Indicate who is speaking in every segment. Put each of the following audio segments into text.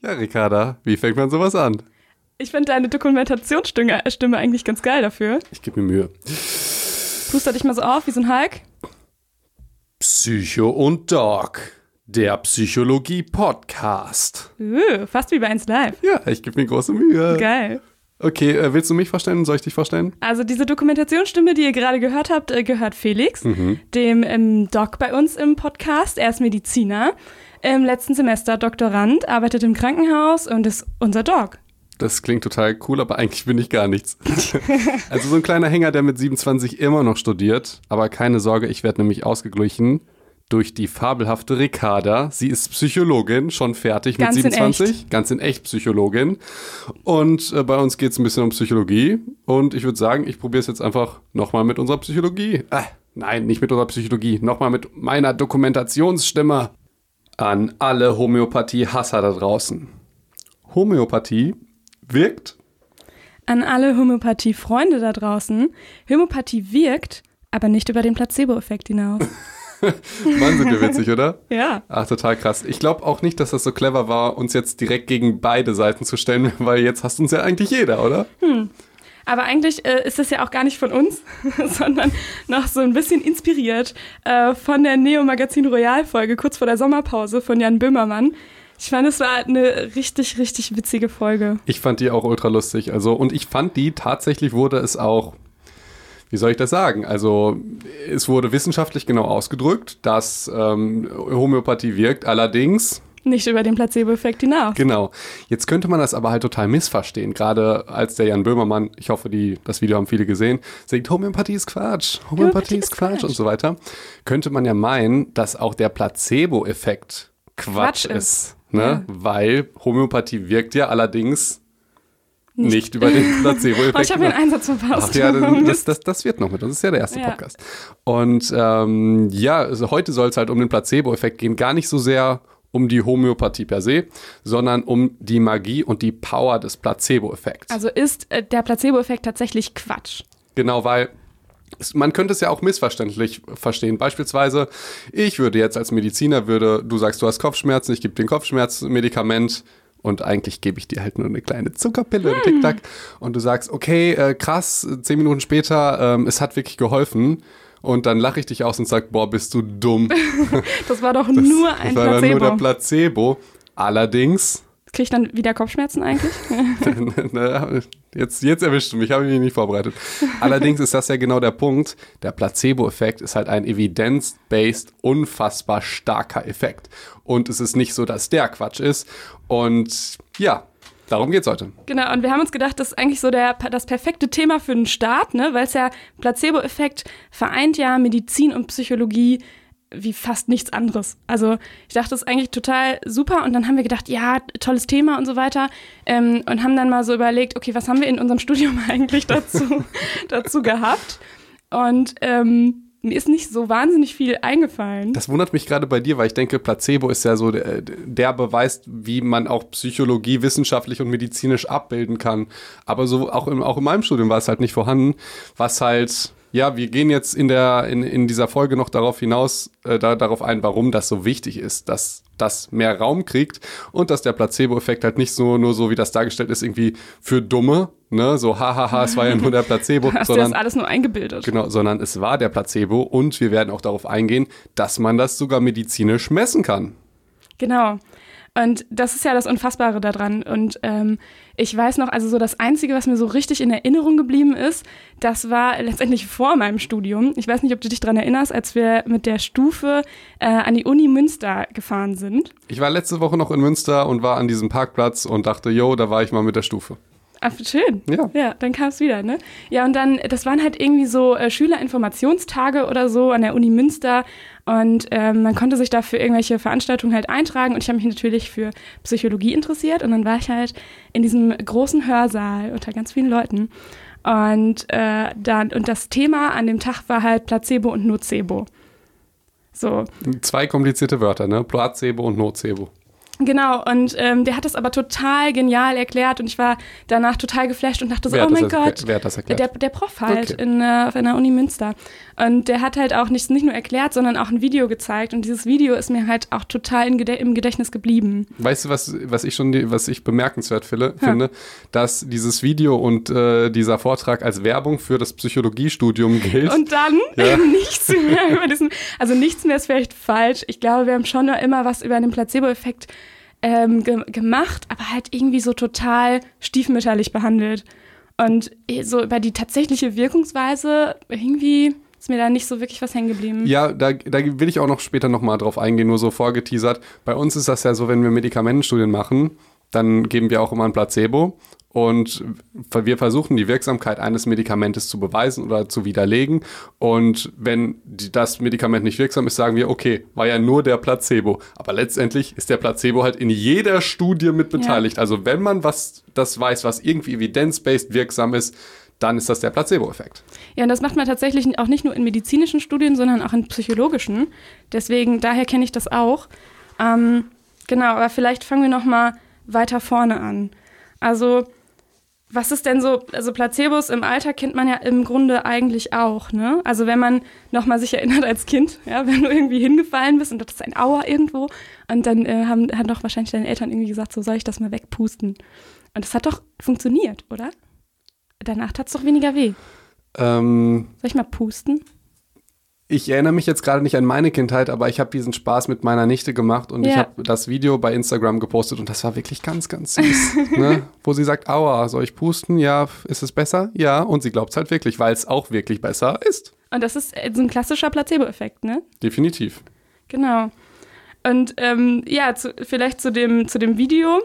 Speaker 1: Ja, Ricarda, wie fängt man sowas an?
Speaker 2: Ich finde deine Dokumentationsstimme eigentlich ganz geil dafür.
Speaker 1: Ich gebe mir Mühe.
Speaker 2: Puster dich mal so auf wie so ein Hulk.
Speaker 1: Psycho und Doc, der Psychologie-Podcast.
Speaker 2: Fast wie bei 1 Live.
Speaker 1: Ja, ich gebe mir große Mühe.
Speaker 2: Geil.
Speaker 1: Okay, willst du mich vorstellen? Soll ich dich vorstellen?
Speaker 2: Also diese Dokumentationsstimme, die ihr gerade gehört habt, gehört Felix, dem Doc bei uns im Podcast. Er ist Mediziner, im letzten Semester Doktorand, arbeitet im Krankenhaus und ist unser Doc.
Speaker 1: Das klingt total cool, aber eigentlich bin ich gar nichts. Also so ein kleiner Hänger, der mit 27 immer noch studiert. Aber keine Sorge, ich werde nämlich ausgeglichen durch die fabelhafte Ricarda. Sie ist Psychologin, schon fertig mit 27. Ganz in echt Psychologin. Und bei uns geht es ein bisschen um Psychologie. Und ich würde sagen, ich probiere es jetzt einfach nochmal mit unserer Psychologie. Nein, nicht mit unserer Psychologie. Nochmal mit meiner Dokumentationsstimme. An alle Homöopathie-Hasser da draußen. Homöopathie wirkt.
Speaker 2: An alle Homöopathie-Freunde da draußen. Homöopathie wirkt, aber nicht über den Placebo-Effekt hinaus.
Speaker 1: Mann, sind wir witzig, oder?
Speaker 2: Ja.
Speaker 1: Ach, total krass. Ich glaube auch nicht, dass das so clever war, uns jetzt direkt gegen beide Seiten zu stellen, weil jetzt hasst uns ja eigentlich jeder, oder?
Speaker 2: Aber eigentlich ist das ja auch gar nicht von uns, sondern noch so ein bisschen inspiriert von der Neo-Magazin Royal-Folge kurz vor der Sommerpause von Jan Böhmermann. Ich fand, es war eine richtig, richtig witzige Folge.
Speaker 1: Ich fand die auch ultra lustig. Also, und ich fand die, tatsächlich wurde es auch, wie soll ich das sagen? Also, es wurde wissenschaftlich genau ausgedrückt, dass Homöopathie wirkt, allerdings
Speaker 2: nicht über den Placebo-Effekt hinaus.
Speaker 1: Genau. Jetzt könnte man das aber halt total missverstehen. Gerade als der Jan Böhmermann, ich hoffe, das Video haben viele gesehen, sagt, Homöopathie ist Quatsch, Homöopathie ist Quatsch und so weiter. Könnte man ja meinen, dass auch der Placebo-Effekt Quatsch ist. Ne? Ja. Weil Homöopathie wirkt ja allerdings nicht über den Placebo-Effekt.
Speaker 2: Oh, ich habe den Einsatz verpasst.
Speaker 1: Ach ja, das wird noch mit. Das ist ja der erste Podcast. Und also heute soll es halt um den Placebo-Effekt gehen. Gar nicht so sehr um die Homöopathie per se, sondern um die Magie und die Power des Placebo-Effekts.
Speaker 2: Also ist der Placebo-Effekt tatsächlich Quatsch?
Speaker 1: Genau, weil man könnte es ja auch missverständlich verstehen. Beispielsweise, ich würde jetzt als Mediziner, du sagst, du hast Kopfschmerzen, ich gebe dir ein Kopfschmerzmedikament und eigentlich gebe ich dir halt nur eine kleine Zuckerpille, ein Tic-Tac und du sagst, okay, krass, 10 Minuten später, es hat wirklich geholfen. Und dann lache ich dich aus und sage, boah, bist du dumm.
Speaker 2: Das war doch nur ein Placebo.
Speaker 1: Das war dann nur der Placebo. Allerdings.
Speaker 2: Krieg ich dann wieder Kopfschmerzen eigentlich?
Speaker 1: Jetzt erwischst du mich, habe ich mich nicht vorbereitet. Allerdings ist das ja genau der Punkt. Der Placebo-Effekt ist halt ein evidence-based, unfassbar starker Effekt. Und es ist nicht so, dass der Quatsch ist. Und ja, darum geht's heute.
Speaker 2: Genau, und wir haben uns gedacht, das ist eigentlich so das perfekte Thema für den Start, ne? Weil es ja Placebo-Effekt vereint ja Medizin und Psychologie wie fast nichts anderes. Also ich dachte, das ist eigentlich total super und dann haben wir gedacht, ja, tolles Thema und so weiter und haben dann mal so überlegt, okay, was haben wir in unserem Studium eigentlich dazu gehabt? Und mir ist nicht so wahnsinnig viel eingefallen.
Speaker 1: Das wundert mich gerade bei dir, weil ich denke, Placebo ist ja so der Beweis, wie man auch Psychologie wissenschaftlich und medizinisch abbilden kann. Aber so auch in meinem Studium war es halt nicht vorhanden, was halt, ja, wir gehen jetzt in dieser Folge noch darauf hinaus, darauf ein, warum das so wichtig ist, dass das mehr Raum kriegt und dass der Placebo-Effekt halt nicht nur so, wie das dargestellt ist, irgendwie für Dumme, ne, so hahaha, es war ja nur der Placebo.
Speaker 2: Hast du das alles nur eingebildet.
Speaker 1: Genau, sondern es war der Placebo und wir werden auch darauf eingehen, dass man das sogar medizinisch messen kann.
Speaker 2: Genau. Und das ist ja das Unfassbare daran. Und ich weiß noch, also so das Einzige, was mir so richtig in Erinnerung geblieben ist, das war letztendlich vor meinem Studium. Ich weiß nicht, ob du dich daran erinnerst, als wir mit der Stufe an die Uni Münster gefahren sind.
Speaker 1: Ich war letzte Woche noch in Münster und war an diesem Parkplatz und dachte, da war ich mal mit der Stufe.
Speaker 2: Ach, schön.
Speaker 1: Ja.
Speaker 2: Ja, dann kam es wieder, ne? Ja, und dann, das waren halt irgendwie so Schülerinformationstage oder so an der Uni Münster und man konnte sich da für irgendwelche Veranstaltungen halt eintragen und ich habe mich natürlich für Psychologie interessiert und dann war ich halt in diesem großen Hörsaal unter ganz vielen Leuten und das Thema an dem Tag war halt Placebo und Nocebo. So.
Speaker 1: 2 komplizierte Wörter, ne? Placebo und Nocebo.
Speaker 2: Genau, und der hat das aber total genial erklärt und ich war danach total geflasht und dachte so, oh mein Gott.
Speaker 1: Wer hat das erklärt?
Speaker 2: Der Prof halt auf einer Uni Münster. Und der hat halt auch nicht nur erklärt, sondern auch ein Video gezeigt. Und dieses Video ist mir halt auch total im Gedächtnis geblieben.
Speaker 1: Weißt du, was ich bemerkenswert finde? Dass dieses Video und dieser Vortrag als Werbung für das Psychologiestudium gilt.
Speaker 2: Und dann nichts mehr über nichts mehr ist vielleicht falsch. Ich glaube, wir haben schon immer was über den Placebo-Effekt gemacht, aber halt irgendwie so total stiefmütterlich behandelt. Und so über die tatsächliche Wirkungsweise irgendwie ist mir da nicht so wirklich was hängen geblieben.
Speaker 1: Ja, da will ich auch noch später nochmal drauf eingehen, nur so vorgeteasert. Bei uns ist das ja so, wenn wir Medikamentenstudien machen, dann geben wir auch immer ein Placebo. Und wir versuchen, die Wirksamkeit eines Medikamentes zu beweisen oder zu widerlegen. Und wenn das Medikament nicht wirksam ist, sagen wir, okay, war ja nur der Placebo. Aber letztendlich ist der Placebo halt in jeder Studie mit beteiligt. Ja. Also wenn man das weiß, was irgendwie evidence-based wirksam ist, dann ist das der Placebo-Effekt.
Speaker 2: Ja, und das macht man tatsächlich auch nicht nur in medizinischen Studien, sondern auch in psychologischen. Daher kenne ich das auch. Genau, aber vielleicht fangen wir noch mal weiter vorne an. Also was ist denn so, also Placebos im Alter kennt man ja im Grunde eigentlich auch, ne? Also wenn man nochmal sich erinnert als Kind, ja, wenn du irgendwie hingefallen bist und das ist ein Aua irgendwo und dann haben doch wahrscheinlich deine Eltern irgendwie gesagt, so soll ich das mal wegpusten. Und das hat doch funktioniert, oder? Danach tat es doch weniger weh. Soll ich mal pusten?
Speaker 1: Ich erinnere mich jetzt gerade nicht an meine Kindheit, aber ich habe diesen Spaß mit meiner Nichte gemacht und ich habe das Video bei Instagram gepostet und das war wirklich ganz, ganz süß. Ne? Wo sie sagt, aua, soll ich pusten? Ja, ist es besser? Ja, und sie glaubt es halt wirklich, weil es auch wirklich besser ist.
Speaker 2: Und das ist so ein klassischer Placebo-Effekt, ne?
Speaker 1: Definitiv.
Speaker 2: Genau. Und vielleicht zu dem Video.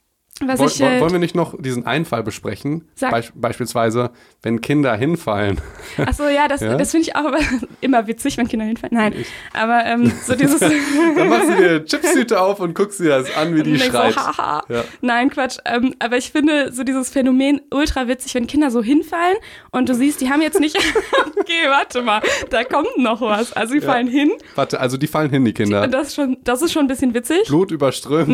Speaker 1: Wollen wir nicht noch diesen einen Fall besprechen? Beispielsweise, wenn Kinder hinfallen.
Speaker 2: Ach so, ja, das finde ich auch immer witzig, wenn Kinder hinfallen. Nein, aber so dieses...
Speaker 1: Dann machst du dir Chipstüte auf und guckst dir das an, wie die schreit. So,
Speaker 2: haha. Ja. Nein, Quatsch. Aber ich finde so dieses Phänomen ultra witzig, wenn Kinder so hinfallen und du siehst, die haben jetzt nicht... Okay, warte mal, da kommt noch was. Also die fallen hin.
Speaker 1: Warte, also die fallen hin, die Kinder.
Speaker 2: Das ist schon ein bisschen witzig.
Speaker 1: Blut überströmt.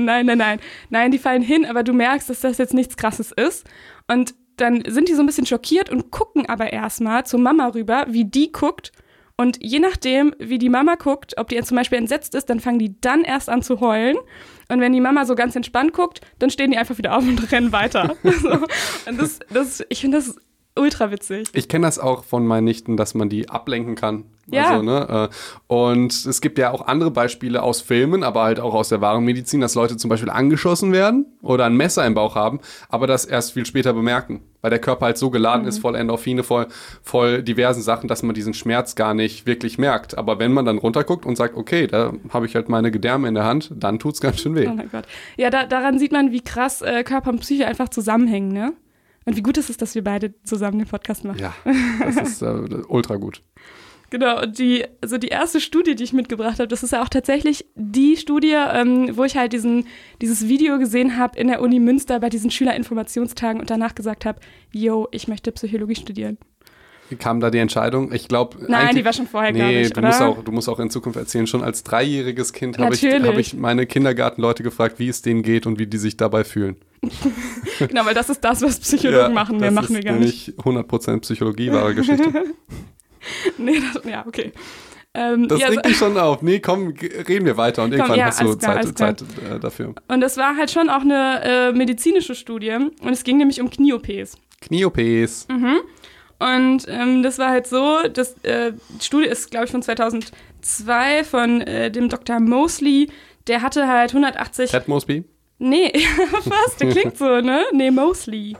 Speaker 2: Nein, die fallen hin, aber du merkst, dass das jetzt nichts Krasses ist. Und dann sind die so ein bisschen schockiert und gucken aber erstmal zur Mama rüber, wie die guckt. Und je nachdem, wie die Mama guckt, ob die jetzt zum Beispiel entsetzt ist, dann fangen die dann erst an zu heulen. Und wenn die Mama so ganz entspannt guckt, dann stehen die einfach wieder auf und rennen weiter. Und ich finde das ultra witzig.
Speaker 1: Ich kenne das auch von meinen Nichten, dass man die ablenken kann.
Speaker 2: Ja.
Speaker 1: Also, ne? Und es gibt ja auch andere Beispiele aus Filmen, aber halt auch aus der wahren Medizin, dass Leute zum Beispiel angeschossen werden oder ein Messer im Bauch haben, aber das erst viel später bemerken, weil der Körper halt so geladen ist, voll Endorphine, voll diversen Sachen, dass man diesen Schmerz gar nicht wirklich merkt. Aber wenn man dann runterguckt und sagt, okay, da habe ich halt meine Gedärme in der Hand, dann tut's ganz schön weh.
Speaker 2: Oh mein Gott. Ja, daran sieht man, wie krass Körper und Psyche einfach zusammenhängen, ne? Und wie gut ist es, dass wir beide zusammen den Podcast machen.
Speaker 1: Ja, das ist ultra gut.
Speaker 2: Genau, und die erste Studie, die ich mitgebracht habe, das ist ja auch tatsächlich die Studie, wo ich halt dieses Video gesehen habe in der Uni Münster bei diesen Schülerinformationstagen und danach gesagt habe, ich möchte Psychologie studieren.
Speaker 1: Wie kam da die Entscheidung? Ich glaube,
Speaker 2: nein, die war schon vorher, glaube ich,
Speaker 1: du musst auch in Zukunft erzählen. Schon als 3-jähriges Kind habe ich meine Kindergartenleute gefragt, wie es denen geht und wie die sich dabei fühlen.
Speaker 2: Genau, weil das ist das, was Psychologen machen. Mehr machen wir gar nicht.
Speaker 1: Das ist nämlich 100% Psychologie, wahre Geschichte.
Speaker 2: Nee, okay.
Speaker 1: Das regt dich schon auf. Nee, komm, reden wir weiter und irgendwann hast du Zeit dafür.
Speaker 2: Und das war halt schon auch eine medizinische Studie und es ging nämlich um Knie-OPs.
Speaker 1: Knie-OPs.
Speaker 2: Mhm. Und das war halt so, die Studie ist, glaube ich, von 2002 von dem Dr. Mosley. Der hatte halt 180...
Speaker 1: Ted Mosby?
Speaker 2: Nee, was? Der klingt so, ne? Nee, Mosley.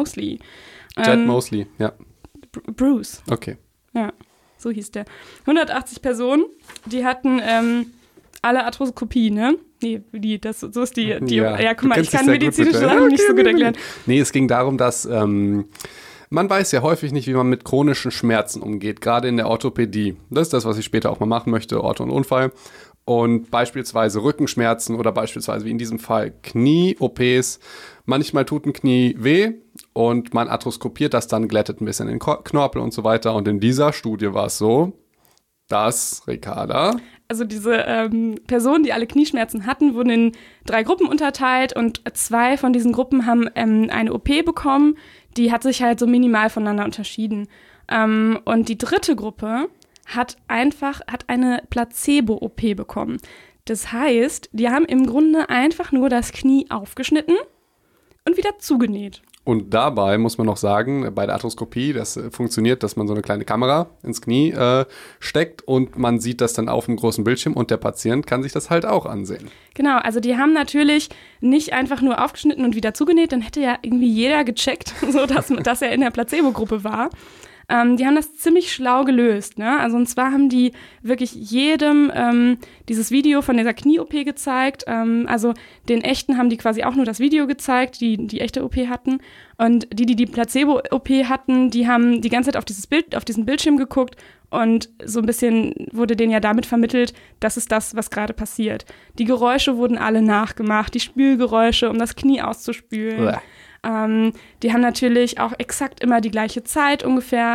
Speaker 1: Ted Mosley, ja.
Speaker 2: Bruce.
Speaker 1: Okay.
Speaker 2: Ja, so hieß der. 180 Personen, die hatten alle Arthroskopie, ne? Nee, so ist die ja, guck mal, ich kann medizinische Sachen nicht so gut erklären.
Speaker 1: Nee, es ging darum, dass man weiß ja häufig nicht, wie man mit chronischen Schmerzen umgeht, gerade in der Orthopädie. Das ist das, was ich später auch mal machen möchte, Ortho und Unfall. Und beispielsweise Rückenschmerzen oder beispielsweise wie in diesem Fall Knie-OPs. Manchmal tut ein Knie weh und man arthroskopiert das dann, glättet ein bisschen den Knorpel und so weiter. Und in dieser Studie war es so, dass Ricarda...
Speaker 2: also diese Personen, die alle Knieschmerzen hatten, wurden in 3 Gruppen unterteilt und 2 von diesen Gruppen haben eine OP bekommen, die hat sich halt so minimal voneinander unterschieden. Und die 3. Gruppe hat eine Placebo-OP bekommen. Das heißt, die haben im Grunde einfach nur das Knie aufgeschnitten und wieder zugenäht.
Speaker 1: Und dabei muss man noch sagen, bei der Arthroskopie, das funktioniert, dass man so eine kleine Kamera ins Knie steckt und man sieht das dann auf dem großen Bildschirm und der Patient kann sich das halt auch ansehen.
Speaker 2: Genau, also die haben natürlich nicht einfach nur aufgeschnitten und wieder zugenäht, dann hätte ja irgendwie jeder gecheckt, so dass er in der Placebo-Gruppe war. Die haben das ziemlich schlau gelöst, ne? Also und zwar haben die wirklich jedem dieses Video von dieser Knie-OP gezeigt. Also den echten haben die quasi auch nur das Video gezeigt, die echte OP hatten. Und die Placebo-OP hatten, die haben die ganze Zeit auf diesen Bildschirm geguckt und so ein bisschen wurde denen ja damit vermittelt, das ist das, was gerade passiert. Die Geräusche wurden alle nachgemacht, die Spülgeräusche, um das Knie auszuspülen.
Speaker 1: Uah.
Speaker 2: Die haben natürlich auch exakt immer die gleiche Zeit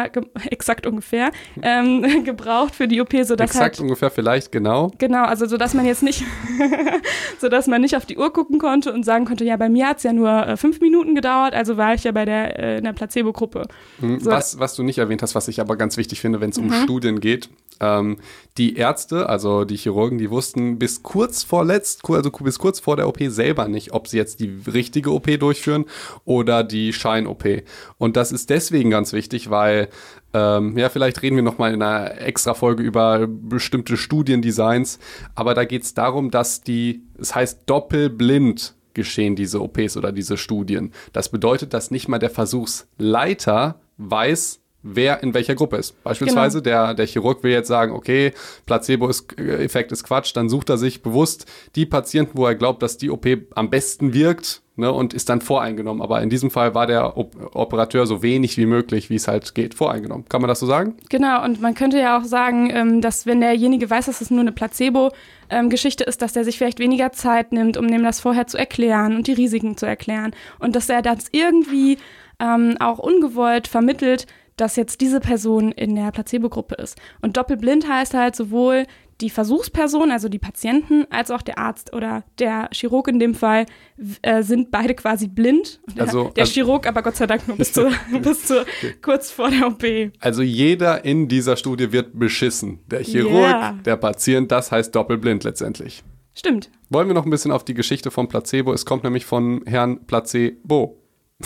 Speaker 2: gebraucht für die OP, sodass
Speaker 1: exakt ungefähr, vielleicht genau.
Speaker 2: Genau, also sodass man jetzt nicht, sodass man nicht auf die Uhr gucken konnte und sagen konnte, ja, bei mir hat es ja nur 5 Minuten gedauert, also war ich ja in der Placebo-Gruppe. So.
Speaker 1: Was du nicht erwähnt hast, was ich aber ganz wichtig finde, wenn es um Studien geht, die Ärzte, also die Chirurgen, die wussten bis kurz vor der OP selber nicht, ob sie jetzt die richtige OP durchführen oder die Schein-OP. Und das ist deswegen ganz wichtig, weil, vielleicht reden wir nochmal in einer extra Folge über bestimmte Studiendesigns, aber da geht es darum, dass es heißt doppelblind geschehen, diese OPs oder diese Studien. Das bedeutet, dass nicht mal der Versuchsleiter weiß, wer in welcher Gruppe ist. Beispielsweise der Chirurg will jetzt sagen, okay, Placebo-Effekt ist Quatsch, dann sucht er sich bewusst die Patienten, wo er glaubt, dass die OP am besten wirkt, ne, und ist dann voreingenommen. Aber in diesem Fall war der Operateur so wenig wie möglich, wie es halt geht, voreingenommen. Kann man das so sagen?
Speaker 2: Genau, und man könnte ja auch sagen, dass wenn derjenige weiß, dass es nur eine Placebo-Geschichte ist, dass der sich vielleicht weniger Zeit nimmt, um dem das vorher zu erklären und die Risiken zu erklären. Und dass er das irgendwie auch ungewollt vermittelt, dass jetzt diese Person in der Placebo-Gruppe ist. Und doppelblind heißt halt sowohl die Versuchsperson, also die Patienten, als auch der Arzt oder der Chirurg in dem Fall sind beide quasi blind. Der Chirurg aber Gott sei Dank nur bis kurz vor der OP.
Speaker 1: Also jeder in dieser Studie wird beschissen. Der Chirurg, der Patient, das heißt doppelblind letztendlich.
Speaker 2: Stimmt.
Speaker 1: Wollen wir noch ein bisschen auf die Geschichte von Placebo? Es kommt nämlich von Herrn Placebo.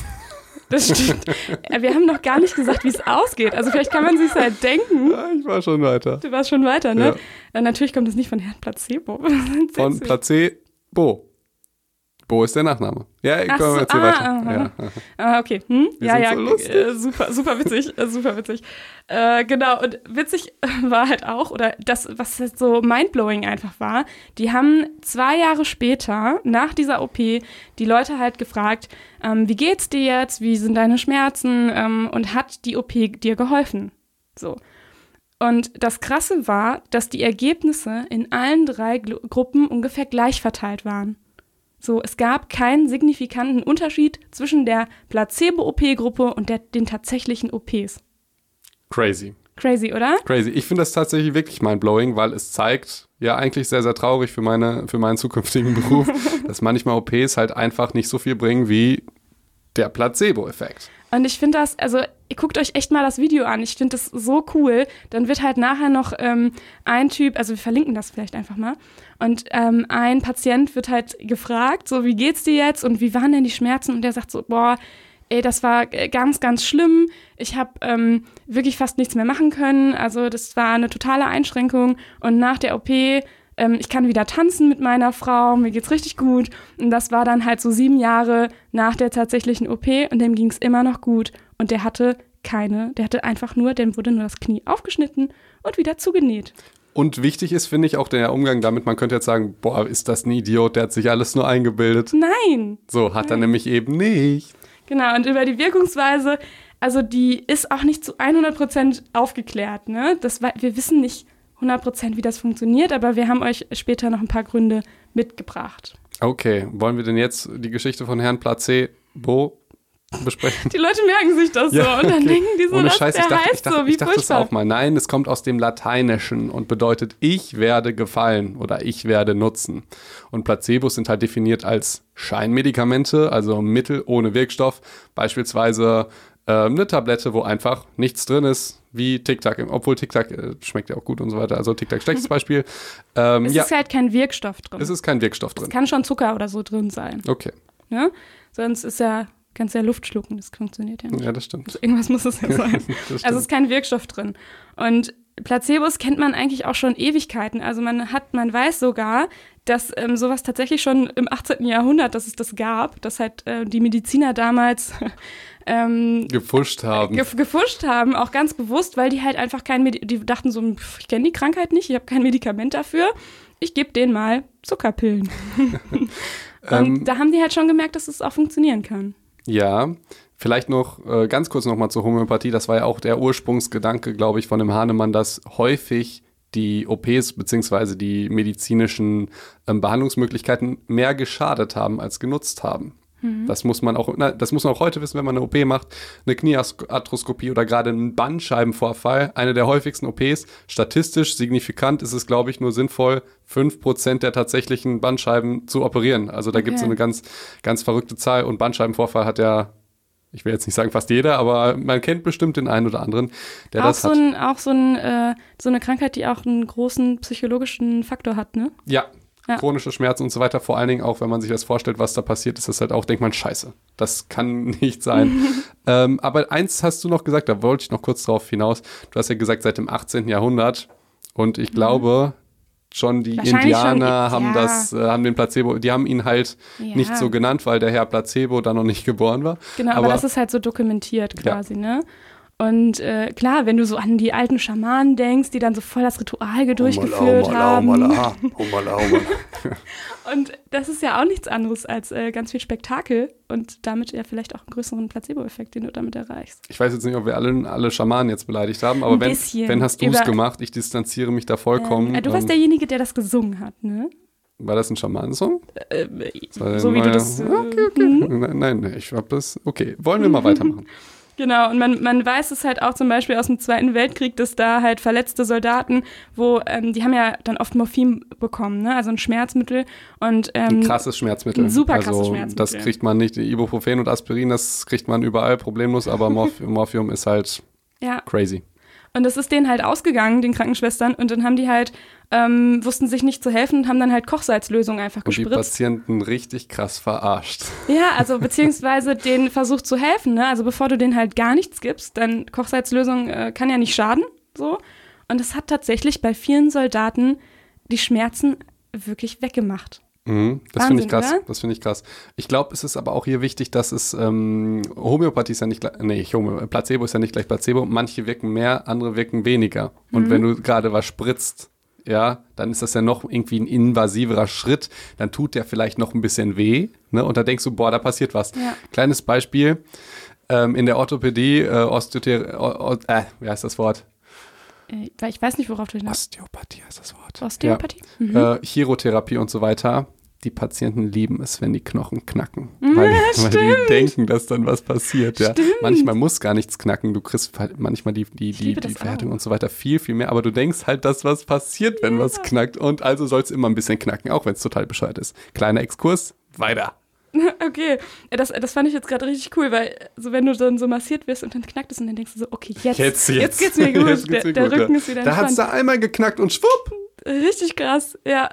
Speaker 2: Das stimmt. Wir haben noch gar nicht gesagt, wie es ausgeht. Also vielleicht kann man sich halt denken.
Speaker 1: Ja, ich war schon weiter.
Speaker 2: Du warst schon weiter, ne?
Speaker 1: Ja.
Speaker 2: Natürlich kommt es nicht von Herrn Placebo.
Speaker 1: Von Placebo. Bo ist der Nachname. Ja, komm, erzähl weiter.
Speaker 2: Okay.
Speaker 1: So lustig.
Speaker 2: Super witzig, super witzig. Genau, und witzig war halt auch, oder das, was halt so mindblowing einfach war, die haben 2 Jahre später, nach dieser OP, die Leute halt gefragt, wie geht's dir jetzt, wie sind deine Schmerzen und hat die OP dir geholfen? So. Und das Krasse war, dass die Ergebnisse in allen 3 Gruppen ungefähr gleich verteilt waren. So, es gab keinen signifikanten Unterschied zwischen der Placebo-OP-Gruppe und den tatsächlichen OPs.
Speaker 1: Crazy.
Speaker 2: Crazy, oder?
Speaker 1: Crazy. Ich finde das tatsächlich wirklich mindblowing, weil es zeigt, ja eigentlich sehr, sehr traurig für meinen zukünftigen Beruf, dass manchmal OPs halt einfach nicht so viel bringen wie der Placebo-Effekt.
Speaker 2: Und ich finde das, also ihr guckt euch echt mal das Video an. Ich finde das so cool. Dann wird halt nachher noch ein Typ, also wir verlinken das vielleicht einfach mal. Und ein Patient wird halt gefragt, so wie geht's dir jetzt und wie waren denn die Schmerzen? Und der sagt so, boah, ey, das war ganz, ganz schlimm. Ich habe wirklich fast nichts mehr machen können. Also das war eine totale Einschränkung. Und nach der OP, ich kann wieder tanzen mit meiner Frau, mir geht's richtig gut. Und das war dann halt so 7 Jahre nach der tatsächlichen OP und dem ging's immer noch gut. Und dem wurde nur das Knie aufgeschnitten und wieder zugenäht.
Speaker 1: Und wichtig ist, finde ich, auch der Umgang damit. Man könnte jetzt sagen, boah, ist das ein Idiot, der hat sich alles nur eingebildet.
Speaker 2: Nein.
Speaker 1: So, hat er nämlich eben nicht.
Speaker 2: Genau, und über die Wirkungsweise, also die ist auch nicht zu 100% aufgeklärt, ne? Wir wissen nicht 100%, wie das funktioniert, aber wir haben euch später noch ein paar Gründe mitgebracht.
Speaker 1: Okay, wollen wir denn jetzt die Geschichte von Herrn Placebo besprechen?
Speaker 2: Die Leute merken sich das so und dann denken die so,
Speaker 1: Ohne
Speaker 2: dass
Speaker 1: Scheiß,
Speaker 2: der heißt so, wie
Speaker 1: ich dachte das
Speaker 2: furchtbar.
Speaker 1: auch mal. Nein, es kommt aus dem Lateinischen und bedeutet, ich werde gefallen oder ich werde nutzen. Und Placebos sind halt definiert als Scheinmedikamente, also Mittel ohne Wirkstoff, beispielsweise eine Tablette, wo einfach nichts drin ist, wie Tic-Tac, obwohl Tic-Tac schmeckt ja auch gut und so weiter, also Tic-Tac schlechtes Beispiel.
Speaker 2: Es ist halt kein Wirkstoff drin.
Speaker 1: Es ist kein Wirkstoff drin.
Speaker 2: Es kann schon Zucker oder so drin sein.
Speaker 1: Okay.
Speaker 2: Ne? Sonst kannst du ja Luft schlucken, das funktioniert ja nicht.
Speaker 1: Ja, das stimmt.
Speaker 2: Also irgendwas muss es ja sein. Also es ist kein Wirkstoff drin. Und Placebos kennt man eigentlich auch schon Ewigkeiten. Also man weiß sogar, dass sowas tatsächlich schon im 18. Jahrhundert, dass es das gab, dass halt die Mediziner damals
Speaker 1: gefuscht haben.
Speaker 2: Gefuscht haben, auch ganz bewusst, weil die halt einfach die dachten so, ich kenne die Krankheit nicht, ich habe kein Medikament dafür, ich gebe denen mal Zuckerpillen. Und da haben die halt schon gemerkt, dass es auch funktionieren kann.
Speaker 1: Ja, vielleicht noch ganz kurz nochmal zur Homöopathie. Das war ja auch der Ursprungsgedanke, glaube ich, von dem Hahnemann, dass häufig die OPs bzw. die medizinischen Behandlungsmöglichkeiten mehr geschadet haben als genutzt haben. Das muss man auch heute wissen, wenn man eine OP macht, eine Kniearthroskopie oder gerade einen Bandscheibenvorfall, eine der häufigsten OPs. Statistisch signifikant ist es, glaube ich, nur sinnvoll, 5% der tatsächlichen Bandscheiben zu operieren. Also da gibt es eine ganz, ganz verrückte Zahl und Bandscheibenvorfall hat ja, ich will jetzt nicht sagen fast jeder, aber man kennt bestimmt den einen oder anderen, der das hat.
Speaker 2: Auch so eine Krankheit, die auch einen großen psychologischen Faktor hat, ne?
Speaker 1: Ja. Chronische Schmerzen und so weiter, vor allen Dingen auch, wenn man sich das vorstellt, was da passiert, ist das halt auch, denkt man, scheiße, das kann nicht sein. Aber eins hast du noch gesagt, da wollte ich noch kurz drauf hinaus, du hast ja gesagt, seit dem 18. Jahrhundert und ich glaube, schon die Indianer haben den Placebo, die haben ihn halt nicht so genannt, weil der Herr Placebo da noch nicht geboren war.
Speaker 2: Genau, aber das ist halt so dokumentiert quasi, ne? Und klar, wenn du so an die alten Schamanen denkst, die dann so voll das Ritual durchgeführt haben. Und das ist ja auch nichts anderes als ganz viel Spektakel und damit ja vielleicht auch einen größeren Placebo-Effekt, den du damit erreichst.
Speaker 1: Ich weiß jetzt nicht, ob wir alle Schamanen jetzt beleidigt haben, aber wenn hast du es gemacht, ich distanziere mich da vollkommen.
Speaker 2: Du warst derjenige, der das gesungen hat, ne?
Speaker 1: War das ein Schamanensong?
Speaker 2: So wie du das...
Speaker 1: Okay. Nein, ich hab das... Okay, wollen wir mal weitermachen.
Speaker 2: Genau, und man weiß es halt auch zum Beispiel aus dem Zweiten Weltkrieg, dass da halt verletzte Soldaten, die haben ja dann oft Morphin bekommen, ne? Also ein Schmerzmittel. Und,
Speaker 1: ein krasses Schmerzmittel.
Speaker 2: Ein super krasses Schmerzmittel.
Speaker 1: Das kriegt man nicht, Ibuprofen und Aspirin, das kriegt man überall problemlos, aber Morphium ist halt crazy.
Speaker 2: Und das ist denen halt ausgegangen, den Krankenschwestern, und dann haben die halt, wussten sich nicht zu helfen und haben dann halt Kochsalzlösung einfach gespritzt.
Speaker 1: Und die Patienten richtig krass verarscht.
Speaker 2: Ja, also beziehungsweise denen versucht zu helfen, ne? Also bevor du denen halt gar nichts gibst, dann Kochsalzlösung kann ja nicht schaden, so. Und es hat tatsächlich bei vielen Soldaten die Schmerzen wirklich weggemacht.
Speaker 1: Das finde ich krass. Oder? Das finde ich krass. Ich glaube, es ist aber auch hier wichtig, dass es Homöopathie ist ja nicht Placebo ist ja nicht gleich Placebo. Manche wirken mehr, andere wirken weniger. Und wenn du gerade was spritzt, ja, dann ist das ja noch irgendwie ein invasiverer Schritt. Dann tut der vielleicht noch ein bisschen weh, ne? Und da denkst du, boah, da passiert was. Ja. Kleines Beispiel, in der Orthopädie, wie heißt das Wort?
Speaker 2: Ich weiß nicht, worauf du hinaus.
Speaker 1: Osteopathie heißt das Wort.
Speaker 2: Osteopathie?
Speaker 1: Ja. Chirotherapie und so weiter. Die Patienten lieben es, wenn die Knochen knacken. Weil die denken, dass dann was passiert. Ja. Manchmal muss gar nichts knacken. Du kriegst halt manchmal die Verhärtung und so weiter viel, viel mehr. Aber du denkst halt, dass was passiert, wenn was knackt. Und also soll es immer ein bisschen knacken, auch wenn es total bescheuert ist. Kleiner Exkurs, weiter.
Speaker 2: Okay, das fand ich jetzt gerade richtig cool, weil so wenn du dann so massiert wirst und dann knackt es und dann denkst du so, okay, jetzt geht's mir gut. Der Rücken ist wieder entspannt.
Speaker 1: Da hat's da einmal geknackt und schwupp.
Speaker 2: Richtig krass, ja.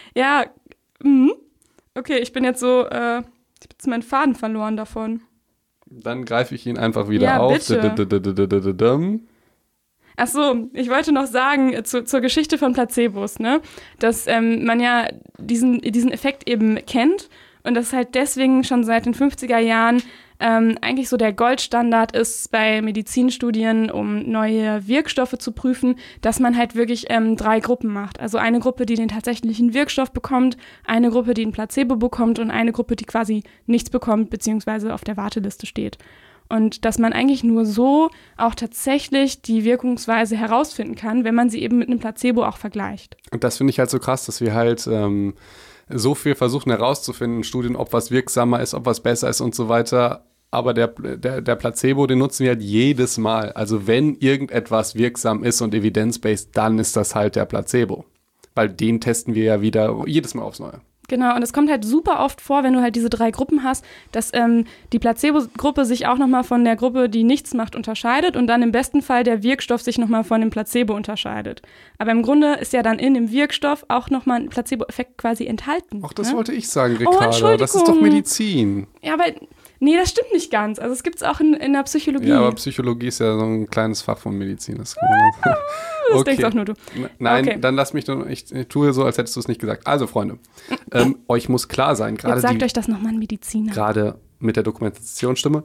Speaker 2: Okay, ich bin jetzt so, ich habe jetzt meinen Faden verloren davon.
Speaker 1: Dann greife ich ihn einfach wieder auf.
Speaker 2: Bitte. Ach so, ich wollte noch sagen zur Geschichte von Placebos, ne, dass man ja diesen Effekt eben kennt und das halt deswegen schon seit den 50er Jahren eigentlich so der Goldstandard ist bei Medizinstudien, um neue Wirkstoffe zu prüfen, dass man halt wirklich 3 Gruppen macht. Also eine Gruppe, die den tatsächlichen Wirkstoff bekommt, eine Gruppe, die ein Placebo bekommt und eine Gruppe, die quasi nichts bekommt, beziehungsweise auf der Warteliste steht. Und dass man eigentlich nur so auch tatsächlich die Wirkungsweise herausfinden kann, wenn man sie eben mit einem Placebo auch vergleicht.
Speaker 1: Und das finde ich halt so krass, dass wir halt so viel versuchen herauszufinden in Studien, ob was wirksamer ist, ob was besser ist und so weiter. Aber der Placebo, den nutzen wir halt jedes Mal. Also wenn irgendetwas wirksam ist und evidence-based, dann ist das halt der Placebo. Weil den testen wir ja wieder jedes Mal aufs Neue.
Speaker 2: Genau, und es kommt halt super oft vor, wenn du halt diese 3 Gruppen hast, dass die Placebo-Gruppe sich auch nochmal von der Gruppe, die nichts macht, unterscheidet und dann im besten Fall der Wirkstoff sich nochmal von dem Placebo unterscheidet. Aber im Grunde ist ja dann in dem Wirkstoff auch nochmal ein Placebo-Effekt quasi enthalten.
Speaker 1: Ach, das
Speaker 2: ne?
Speaker 1: wollte ich sagen,
Speaker 2: Oh,
Speaker 1: Ricarda.
Speaker 2: Entschuldigung.
Speaker 1: Das ist doch Medizin.
Speaker 2: Ja, aber nee, das stimmt nicht ganz. Also es gibt es auch in der Psychologie.
Speaker 1: Ja, aber Psychologie ist ja so ein kleines Fach von Medizin. Das kann man
Speaker 2: das denkst auch nur du.
Speaker 1: Nein,
Speaker 2: Okay.
Speaker 1: dann lass mich doch, ich tue so, als hättest du es nicht gesagt. Also, Freunde, euch muss klar sein,
Speaker 2: Jetzt sagt euch das nochmal ein Mediziner.
Speaker 1: gerade mit der Dokumentationsstimme,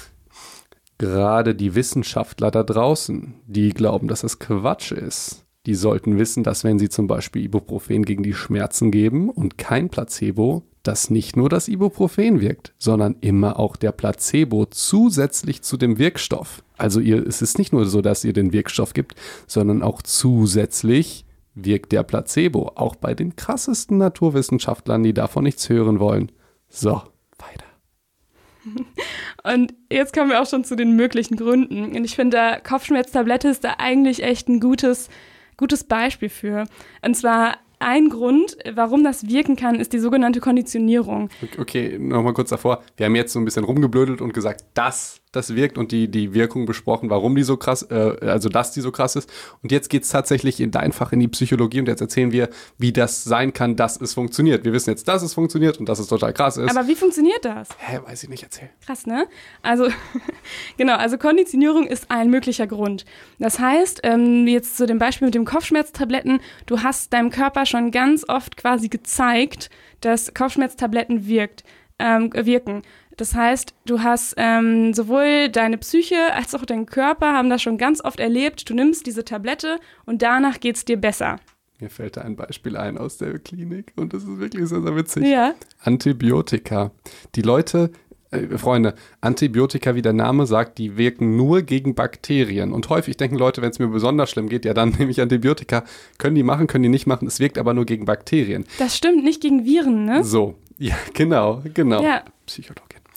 Speaker 1: gerade die Wissenschaftler da draußen, die glauben, dass das Quatsch ist, die sollten wissen, dass wenn sie zum Beispiel Ibuprofen gegen die Schmerzen geben und kein Placebo, dass nicht nur das Ibuprofen wirkt, sondern immer auch der Placebo zusätzlich zu dem Wirkstoff. Also es ist nicht nur so, dass ihr den Wirkstoff gibt, sondern auch zusätzlich wirkt der Placebo. Auch bei den krassesten Naturwissenschaftlern, die davon nichts hören wollen. So, weiter.
Speaker 2: Und jetzt kommen wir auch schon zu den möglichen Gründen. Und ich finde, Kopfschmerztablette ist da eigentlich echt ein gutes Beispiel für. Und zwar ein Grund, warum das wirken kann, ist die sogenannte Konditionierung.
Speaker 1: Okay, nochmal kurz davor. Wir haben jetzt so ein bisschen rumgeblödelt und gesagt, dass das wirkt und die Wirkung besprochen, warum die so krass, also dass die so krass ist. Und jetzt geht es tatsächlich einfach in die Psychologie und jetzt erzählen wir, wie das sein kann, dass es funktioniert. Wir wissen jetzt, dass es funktioniert und dass es total krass ist.
Speaker 2: Aber wie funktioniert das?
Speaker 1: Weiß ich nicht, erzähl.
Speaker 2: Krass, ne? Also, genau, also Konditionierung ist ein möglicher Grund. Das heißt, jetzt zu dem Beispiel mit dem Kopfschmerztabletten, du hast deinem Körper schon ganz oft quasi gezeigt, dass Kopfschmerztabletten wirken. Das heißt, du hast sowohl deine Psyche als auch dein Körper haben das schon ganz oft erlebt. Du nimmst diese Tablette und danach geht es dir besser.
Speaker 1: Mir fällt da ein Beispiel ein aus der Klinik und das ist wirklich sehr, sehr witzig.
Speaker 2: Ja.
Speaker 1: Antibiotika. Die Leute, Freunde, Antibiotika, wie der Name sagt, die wirken nur gegen Bakterien. Und häufig denken Leute, wenn es mir besonders schlimm geht, ja, dann nehme ich Antibiotika. Können die machen, können die nicht machen. Es wirkt aber nur gegen Bakterien.
Speaker 2: Das stimmt, nicht gegen Viren, ne?
Speaker 1: So, ja, genau.
Speaker 2: Ja.
Speaker 1: Psychologin.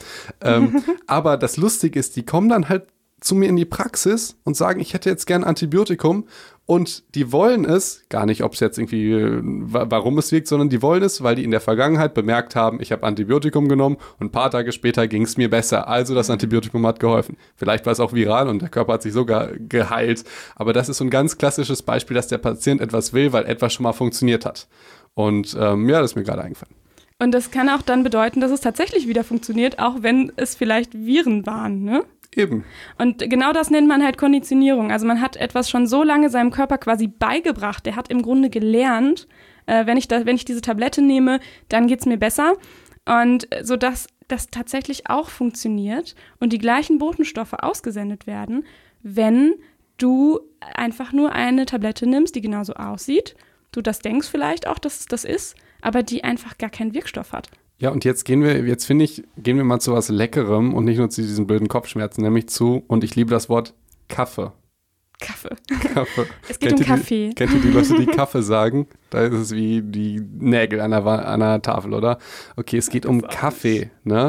Speaker 1: Aber das Lustige ist, die kommen dann halt zu mir in die Praxis und sagen, ich hätte jetzt gern Antibiotikum und die wollen es, gar nicht, ob es jetzt irgendwie, warum es wirkt, sondern die wollen es, weil die in der Vergangenheit bemerkt haben, ich habe Antibiotikum genommen und ein paar Tage später ging es mir besser. Also das Antibiotikum hat geholfen. Vielleicht war es auch viral und der Körper hat sich sogar geheilt. Aber das ist so ein ganz klassisches Beispiel, dass der Patient etwas will, weil etwas schon mal funktioniert hat. Und ja, das ist mir gerade eingefallen.
Speaker 2: Und das kann auch dann bedeuten, dass es tatsächlich wieder funktioniert, auch wenn es vielleicht Viren waren, ne?
Speaker 1: Eben.
Speaker 2: Und genau das nennt man halt Konditionierung. Also man hat etwas schon so lange seinem Körper quasi beigebracht. Der hat im Grunde gelernt, wenn ich diese Tablette nehme, dann geht's mir besser. Und so dass das tatsächlich auch funktioniert und die gleichen Botenstoffe ausgesendet werden, wenn du einfach nur eine Tablette nimmst, die genauso aussieht. Du das denkst vielleicht auch, dass es das ist, aber die einfach gar keinen Wirkstoff hat.
Speaker 1: Ja, und jetzt gehen wir mal zu was Leckerem und nicht nur zu diesen blöden Kopfschmerzen, nämlich zu, und ich liebe das Wort, Kaffee.
Speaker 2: Kaffee. Es
Speaker 1: Kennt
Speaker 2: geht um
Speaker 1: ihr
Speaker 2: Kaffee.
Speaker 1: Kennt ihr die Leute, die Kaffee sagen? Da ist es wie die Nägel an der Tafel, oder? Okay, es geht um Kaffee, ne?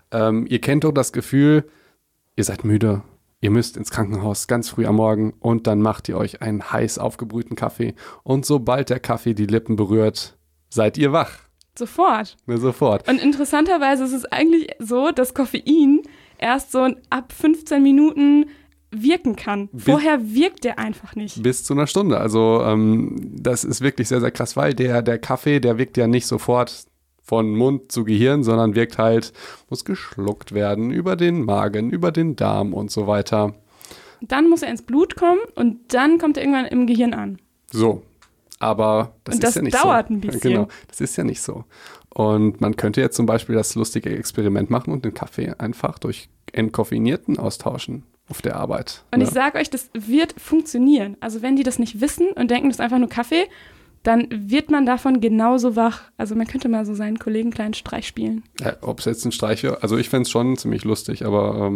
Speaker 1: Ihr kennt doch das Gefühl, ihr seid müde, ihr müsst ins Krankenhaus ganz früh am Morgen und dann macht ihr euch einen heiß aufgebrühten Kaffee und sobald der Kaffee die Lippen berührt, seid ihr wach.
Speaker 2: Sofort.
Speaker 1: Ja, sofort.
Speaker 2: Und interessanterweise ist es eigentlich so, dass Koffein erst so ab 15 Minuten wirken kann. Vorher wirkt der einfach nicht.
Speaker 1: Bis zu einer Stunde. Also das ist wirklich sehr, sehr krass, weil der Kaffee, der wirkt ja nicht sofort von Mund zu Gehirn, sondern wirkt halt, muss geschluckt werden über den Magen, über den Darm und so weiter.
Speaker 2: Dann muss er ins Blut kommen und dann kommt er irgendwann im Gehirn an.
Speaker 1: So. Aber das ist ja nicht so.
Speaker 2: Und das dauert ein bisschen.
Speaker 1: Genau, das ist ja nicht so. Und man könnte jetzt zum Beispiel das lustige Experiment machen und den Kaffee einfach durch Entkoffeinierten austauschen auf der Arbeit.
Speaker 2: Und ich sage euch, das wird funktionieren. Also wenn die das nicht wissen und denken, das ist einfach nur Kaffee, dann wird man davon genauso wach. Also man könnte mal so seinen Kollegen einen kleinen Streich spielen.
Speaker 1: Ja, ob es jetzt ein Streich wäre, also ich fände es schon ziemlich lustig, aber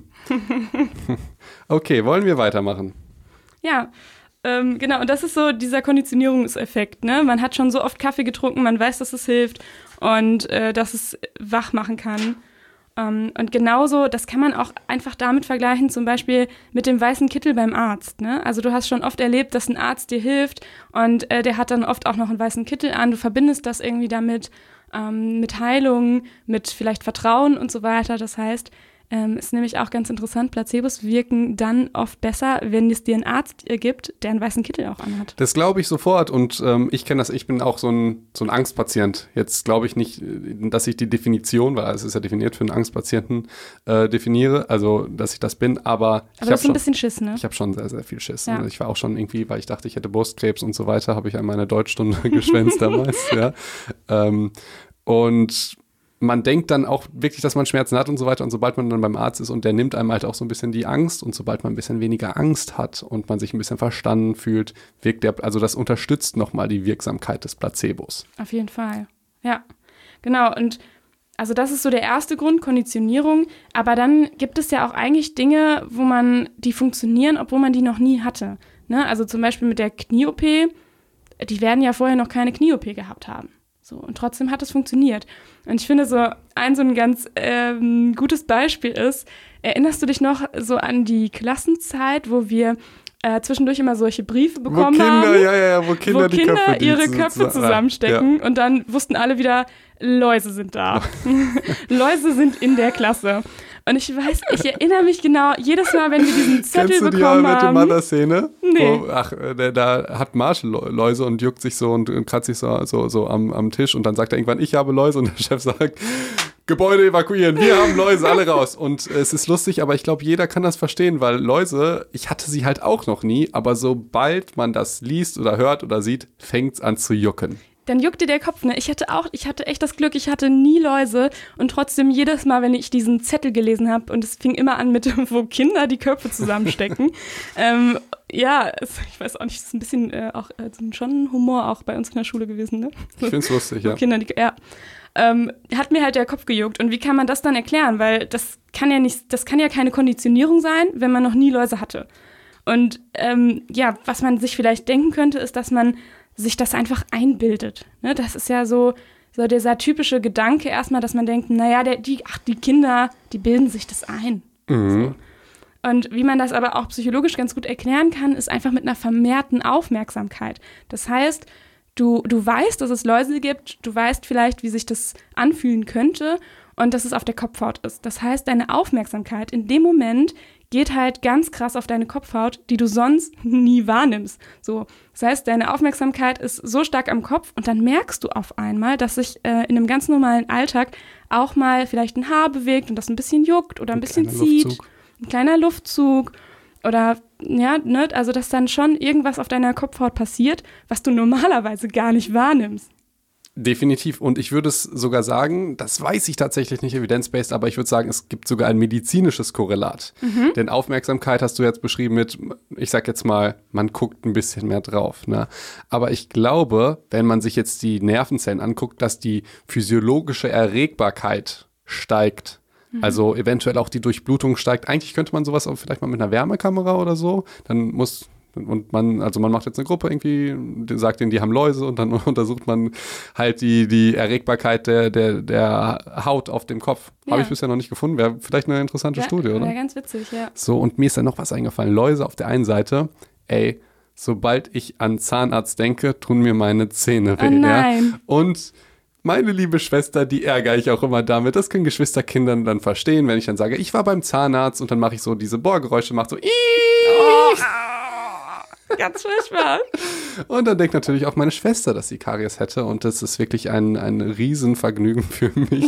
Speaker 1: okay, wollen wir weitermachen?
Speaker 2: Ja, genau, und das ist so dieser Konditionierungseffekt, ne? Man hat schon so oft Kaffee getrunken, man weiß, dass es hilft und dass es wach machen kann. Und genauso, das kann man auch einfach damit vergleichen, zum Beispiel mit dem weißen Kittel beim Arzt. Ne? Also du hast schon oft erlebt, dass ein Arzt dir hilft und der hat dann oft auch noch einen weißen Kittel an. Du verbindest das irgendwie damit, mit Heilung, mit vielleicht Vertrauen und so weiter. Das heißt, ist nämlich auch ganz interessant, Placebos wirken dann oft besser, wenn es dir ein Arzt gibt, der einen weißen Kittel auch anhat.
Speaker 1: Das glaube ich sofort und ich kenne das, ich bin auch so ein Angstpatient. Jetzt glaube ich nicht, dass ich die Definition, weil es ist ja definiert für einen Angstpatienten, definiere, also dass ich das bin, aber
Speaker 2: du hast ein bisschen Schiss, ne?
Speaker 1: Ich habe schon sehr, sehr viel Schiss.
Speaker 2: Ja.
Speaker 1: Ich war auch schon irgendwie, weil ich dachte, ich hätte Brustkrebs und so weiter, habe ich an meine Deutschstunde geschwänzt damals, ja. Und man denkt dann auch wirklich, dass man Schmerzen hat und so weiter. Und sobald man dann beim Arzt ist und der nimmt einem halt auch so ein bisschen die Angst und sobald man ein bisschen weniger Angst hat und man sich ein bisschen verstanden fühlt, wirkt also das unterstützt nochmal die Wirksamkeit des Placebos.
Speaker 2: Auf jeden Fall, ja. Genau, und also das ist so der erste Grund, Konditionierung. Aber dann gibt es ja auch eigentlich Dinge, die funktionieren, obwohl man die noch nie hatte. Ne? Also zum Beispiel mit der Knie-OP, die werden ja vorher noch keine Knie-OP gehabt haben. So, und trotzdem hat es funktioniert. Und ich finde, so ein ganz gutes Beispiel ist, erinnerst du dich noch so an die Klassenzeit, wo wir zwischendurch immer solche Briefe bekommen haben?
Speaker 1: Wo Kinder
Speaker 2: ihre Köpfe zusammenstecken und dann wussten alle wieder, Läuse sind da. Läuse sind in der Klasse. Und ich erinnere mich genau, jedes Mal, wenn wir diesen Zettel bekommen haben.
Speaker 1: Kennst du die Mother-Szene?
Speaker 2: Nee.
Speaker 1: Da hat Marshall Läuse und juckt sich so und kratzt sich so am Tisch und dann sagt er irgendwann, ich habe Läuse und der Chef sagt, Gebäude evakuieren, wir haben Läuse, alle raus. Und es ist lustig, aber ich glaube, jeder kann das verstehen, weil Läuse, ich hatte sie halt auch noch nie, aber sobald man das liest oder hört oder sieht, fängt es an zu jucken.
Speaker 2: Dann juckt dir der Kopf, ne? Ich hatte echt das Glück, ich hatte nie Läuse und trotzdem jedes Mal, wenn ich diesen Zettel gelesen habe und es fing immer an mit, wo Kinder die Köpfe zusammenstecken. Ich weiß auch nicht, das ist ein bisschen schon Humor auch bei uns in der Schule gewesen, ne?
Speaker 1: Ich find's lustig, ja.
Speaker 2: Kinder, hat mir halt der Kopf gejuckt. Und wie kann man das dann erklären? Weil das kann ja keine Konditionierung sein, wenn man noch nie Läuse hatte. Und was man sich vielleicht denken könnte, ist, dass man sich das einfach einbildet. Ne? Das ist ja so dieser typische Gedanke erstmal, dass man denkt, naja, die Kinder, die bilden sich das ein.
Speaker 1: Mhm.
Speaker 2: So. Und wie man das aber auch psychologisch ganz gut erklären kann, ist einfach mit einer vermehrten Aufmerksamkeit. Das heißt, du weißt, dass es Läuse gibt, du weißt vielleicht, wie sich das anfühlen könnte und dass es auf der Kopfhaut ist. Das heißt, deine Aufmerksamkeit in dem Moment geht halt ganz krass auf deine Kopfhaut, die du sonst nie wahrnimmst. So, das heißt, deine Aufmerksamkeit ist so stark am Kopf und dann merkst du auf einmal, dass sich in einem ganz normalen Alltag auch mal vielleicht ein Haar bewegt und das ein bisschen juckt oder ein bisschen zieht.
Speaker 1: Luftzug.
Speaker 2: Ein kleiner Luftzug oder, also dass dann schon irgendwas auf deiner Kopfhaut passiert, was du normalerweise gar nicht wahrnimmst.
Speaker 1: Definitiv. Und ich würde es sogar sagen, das weiß ich tatsächlich nicht evidence-based, aber ich würde sagen, es gibt sogar ein medizinisches Korrelat. Mhm. Denn Aufmerksamkeit hast du jetzt beschrieben mit, ich sag jetzt mal, man guckt ein bisschen mehr drauf. Ne? Aber ich glaube, wenn man sich jetzt die Nervenzellen anguckt, dass die physiologische Erregbarkeit steigt. Mhm. Also eventuell auch die Durchblutung steigt. Eigentlich könnte man sowas auch vielleicht mal mit einer Wärmekamera oder so, man macht jetzt eine Gruppe irgendwie, sagt denen, die haben Läuse und dann untersucht man halt die Erregbarkeit der Haut auf dem Kopf. Ja. Habe ich bisher noch nicht gefunden. Wäre vielleicht eine interessante Studie, oder?
Speaker 2: Ja, ganz witzig, ja.
Speaker 1: So, und mir ist dann noch was eingefallen. Läuse auf der einen Seite, sobald ich an Zahnarzt denke, tun mir meine Zähne weh.
Speaker 2: Oh nein.
Speaker 1: Ja? Und meine liebe Schwester, die ärgere ich auch immer damit. Das können Geschwisterkindern dann verstehen, wenn ich dann sage, ich war beim Zahnarzt und dann mache ich so diese Bohrgeräusche, mache so
Speaker 2: ganz furchtbar.
Speaker 1: Und dann denkt natürlich auch meine Schwester, dass sie Karies hätte und das ist wirklich ein Riesenvergnügen für mich.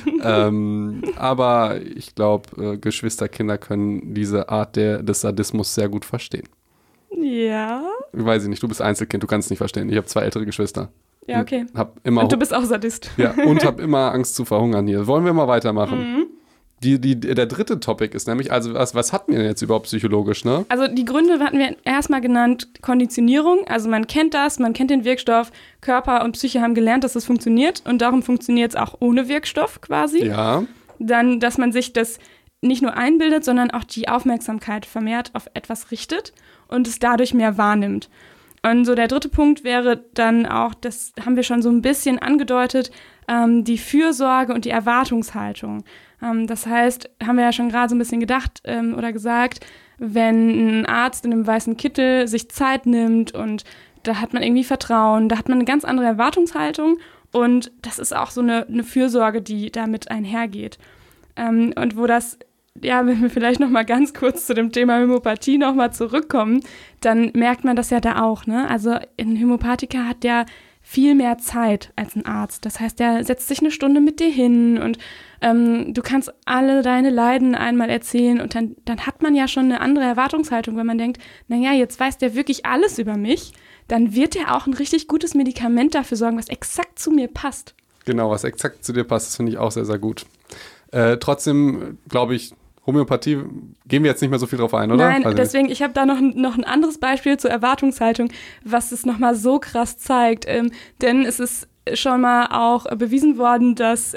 Speaker 1: Aber ich glaube, Geschwisterkinder können diese Art des Sadismus sehr gut verstehen.
Speaker 2: Ja.
Speaker 1: Weiß ich nicht, du bist Einzelkind, du kannst es nicht verstehen. Ich habe 2 ältere Geschwister.
Speaker 2: Ja, okay.
Speaker 1: Und
Speaker 2: du bist auch Sadist.
Speaker 1: Ja, und habe immer Angst zu verhungern hier. Wollen wir mal weitermachen? Mhm. Der dritte Topic ist nämlich, also was hatten wir denn jetzt überhaupt psychologisch, ne?
Speaker 2: Also die Gründe hatten wir erstmal genannt, Konditionierung, also man kennt den Wirkstoff, Körper und Psyche haben gelernt, dass das funktioniert und darum funktioniert es auch ohne Wirkstoff quasi.
Speaker 1: Ja.
Speaker 2: Dann, dass man sich das nicht nur einbildet, sondern auch die Aufmerksamkeit vermehrt auf etwas richtet und es dadurch mehr wahrnimmt. Und so der dritte Punkt wäre dann auch, das haben wir schon so ein bisschen angedeutet, die Fürsorge und die Erwartungshaltung. Das heißt, haben wir ja schon gerade so ein bisschen gedacht oder gesagt, wenn ein Arzt in einem weißen Kittel sich Zeit nimmt und da hat man irgendwie Vertrauen, da hat man eine ganz andere Erwartungshaltung und das ist auch so eine Fürsorge, die damit einhergeht. Und wo das, ja, wenn wir vielleicht noch mal ganz kurz zu dem Thema Homöopathie noch mal zurückkommen, dann merkt man das ja da auch, ne? Also ein Homöopathiker hat ja viel mehr Zeit als ein Arzt. Das heißt, der setzt sich eine Stunde mit dir hin und du kannst alle deine Leiden einmal erzählen und dann hat man ja schon eine andere Erwartungshaltung, wenn man denkt, naja, jetzt weiß der wirklich alles über mich, dann wird der auch ein richtig gutes Medikament dafür sorgen, was exakt zu mir passt.
Speaker 1: Genau, was exakt zu dir passt, das finde ich auch sehr, sehr gut. Trotzdem, glaube ich, Homöopathie, gehen wir jetzt nicht mehr so viel drauf ein, oder?
Speaker 2: Nein, deswegen, ich habe da noch ein anderes Beispiel zur Erwartungshaltung, was es nochmal so krass zeigt. Denn es ist schon mal auch bewiesen worden, dass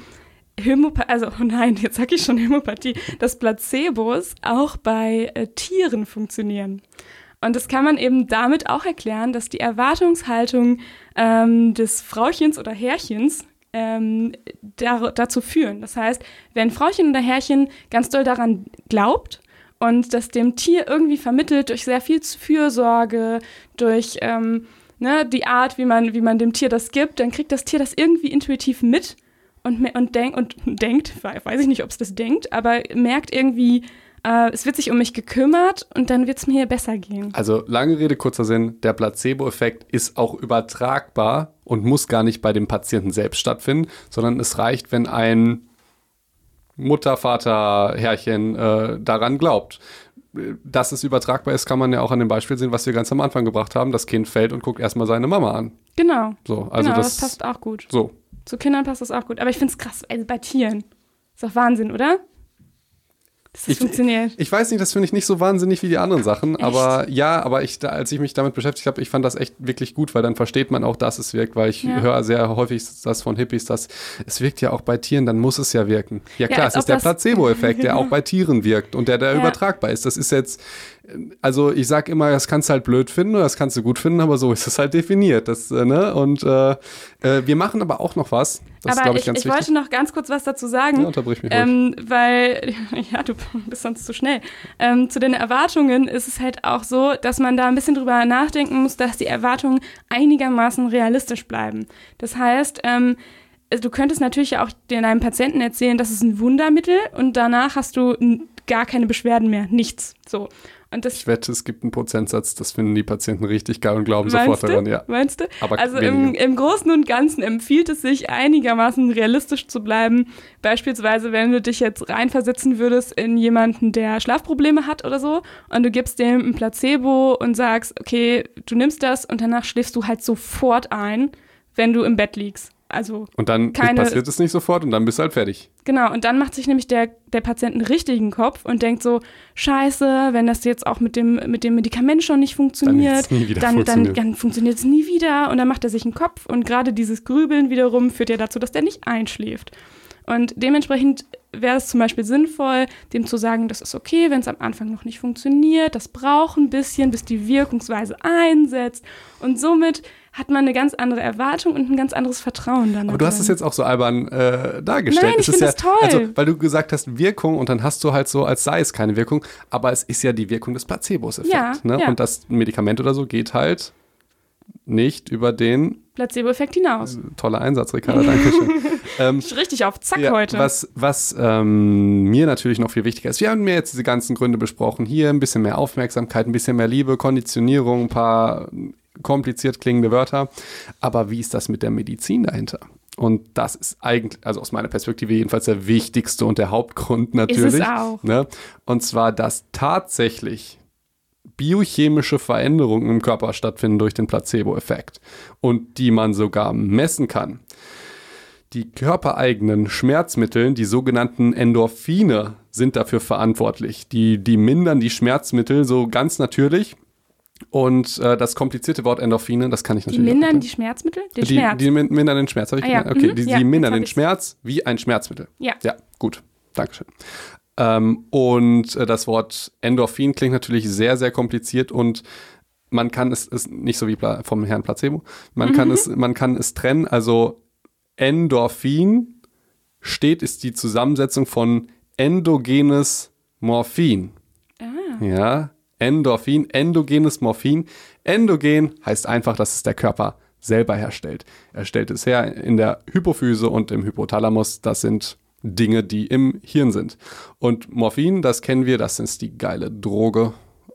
Speaker 2: jetzt sag ich schon Homöopathie, dass Placebos auch bei Tieren funktionieren. Und das kann man eben damit auch erklären, dass die Erwartungshaltung des Frauchens oder Herrchens dazu führen. Das heißt, wenn Frauchen oder Herrchen ganz doll daran glaubt und das dem Tier irgendwie vermittelt durch sehr viel Fürsorge, durch die Art, wie man dem Tier das gibt, dann kriegt das Tier das irgendwie intuitiv mit und denkt, weiß ich nicht, ob es das denkt, aber merkt irgendwie, es wird sich um mich gekümmert und dann wird es mir besser gehen.
Speaker 1: Also lange Rede, kurzer Sinn, der Placebo-Effekt ist auch übertragbar und muss gar nicht bei dem Patienten selbst stattfinden, sondern es reicht, wenn ein Mutter, Vater, Herrchen daran glaubt. Dass es übertragbar ist, kann man ja auch an dem Beispiel sehen, was wir ganz am Anfang gebracht haben. Das Kind fällt und guckt erstmal seine Mama an.
Speaker 2: Genau.
Speaker 1: So, also
Speaker 2: das passt auch gut.
Speaker 1: So.
Speaker 2: Zu Kindern passt das auch gut. Aber ich finde es krass, also bei Tieren. Ist doch Wahnsinn, oder? Das funktioniert.
Speaker 1: Ich weiß nicht, das finde ich nicht so wahnsinnig wie die anderen Sachen, aber ja, als ich mich damit beschäftigt habe, ich fand das echt wirklich gut, weil dann versteht man auch, dass es wirkt, weil ich höre sehr häufig das von Hippies, dass es wirkt ja auch bei Tieren, dann muss es ja wirken. Ja klar, es ist der Placebo-Effekt, der auch bei Tieren wirkt und der übertragbar ist. Das ist jetzt, also ich sag immer, das kannst du halt blöd finden oder das kannst du gut finden, aber so ist es halt definiert. Das, und wir machen aber auch noch was. Das ist, glaube ich, ganz wichtig.
Speaker 2: Ich wollte noch ganz kurz was dazu sagen.
Speaker 1: Ja, unterbrich mich ruhig.
Speaker 2: Weil, ja, du bist sonst zu schnell. Zu den Erwartungen ist es halt auch so, dass man da ein bisschen drüber nachdenken muss, dass die Erwartungen einigermaßen realistisch bleiben. Das heißt, du könntest natürlich auch deinem Patienten erzählen, das ist ein Wundermittel und danach hast du gar keine Beschwerden mehr, nichts. So. Und ich
Speaker 1: wette, es gibt einen Prozentsatz, das finden die Patienten richtig geil und glauben sofort daran, ja.
Speaker 2: Meinst du?
Speaker 1: Aber
Speaker 2: also im Großen und Ganzen empfiehlt es sich, einigermaßen realistisch zu bleiben. Beispielsweise, wenn du dich jetzt reinversetzen würdest in jemanden, der Schlafprobleme hat oder so und du gibst dem ein Placebo und sagst, okay, du nimmst das und danach schläfst du halt sofort ein, wenn du im Bett liegst. Also
Speaker 1: und dann passiert es nicht sofort und dann bist du halt fertig.
Speaker 2: Genau, und dann macht sich nämlich der Patient einen richtigen Kopf und denkt so, scheiße, wenn das jetzt auch mit dem Medikament schon nicht funktioniert, dann funktioniert es nie wieder und dann macht er sich einen Kopf und gerade dieses Grübeln wiederum führt ja dazu, dass der nicht einschläft. Und dementsprechend wäre es zum Beispiel sinnvoll, dem zu sagen, das ist okay, wenn es am Anfang noch nicht funktioniert, das braucht ein bisschen, bis die Wirkungsweise einsetzt und somit hat man eine ganz andere Erwartung und ein ganz anderes Vertrauen dann.
Speaker 1: Aber du hast es jetzt auch so albern dargestellt.
Speaker 2: Nein, ich finde das toll.
Speaker 1: Also, weil du gesagt hast, Wirkung und dann hast du halt so, als sei es keine Wirkung, aber es ist ja die Wirkung des Placebos-Effekts. Ja, ne? Ja. Und das Medikament oder so geht halt nicht über den
Speaker 2: Placebo-Effekt hinaus.
Speaker 1: Toller Einsatz, Ricarda, danke schön.
Speaker 2: Richtig auf Zack heute.
Speaker 1: Was mir natürlich noch viel wichtiger ist, wir haben mir jetzt diese ganzen Gründe besprochen, hier ein bisschen mehr Aufmerksamkeit, ein bisschen mehr Liebe, Konditionierung, ein paar kompliziert klingende Wörter, aber wie ist das mit der Medizin dahinter? Und das ist eigentlich, also aus meiner Perspektive jedenfalls der wichtigste und der Hauptgrund natürlich.
Speaker 2: Ist es auch.
Speaker 1: Ne? Und zwar, dass tatsächlich biochemische Veränderungen im Körper stattfinden durch den Placebo-Effekt und die man sogar messen kann. Die körpereigenen Schmerzmittel, die sogenannten Endorphine, sind dafür verantwortlich. Die mindern die Schmerzmittel so ganz natürlich. Und das komplizierte Wort Endorphine, das kann ich natürlich
Speaker 2: Die mindern die Schmerzmittel? Schmerz.
Speaker 1: Die mindern den Schmerz, habe ich gemeint? Okay, die mindern den Schmerz wie ein Schmerzmittel.
Speaker 2: Ja.
Speaker 1: Ja, gut. Dankeschön. Und das Wort Endorphin klingt natürlich sehr, sehr kompliziert und man kann es nicht so wie vom Herrn Placebo, man kann es trennen, also Endorphin steht, ist die Zusammensetzung von endogenes Morphin. Ja, Endorphin, endogenes Morphin. Endogen heißt einfach, dass es der Körper selber herstellt. Er stellt es her in der Hypophyse und im Hypothalamus. Das sind Dinge, die im Hirn sind. Und Morphin, das kennen wir, das ist die geile Droge.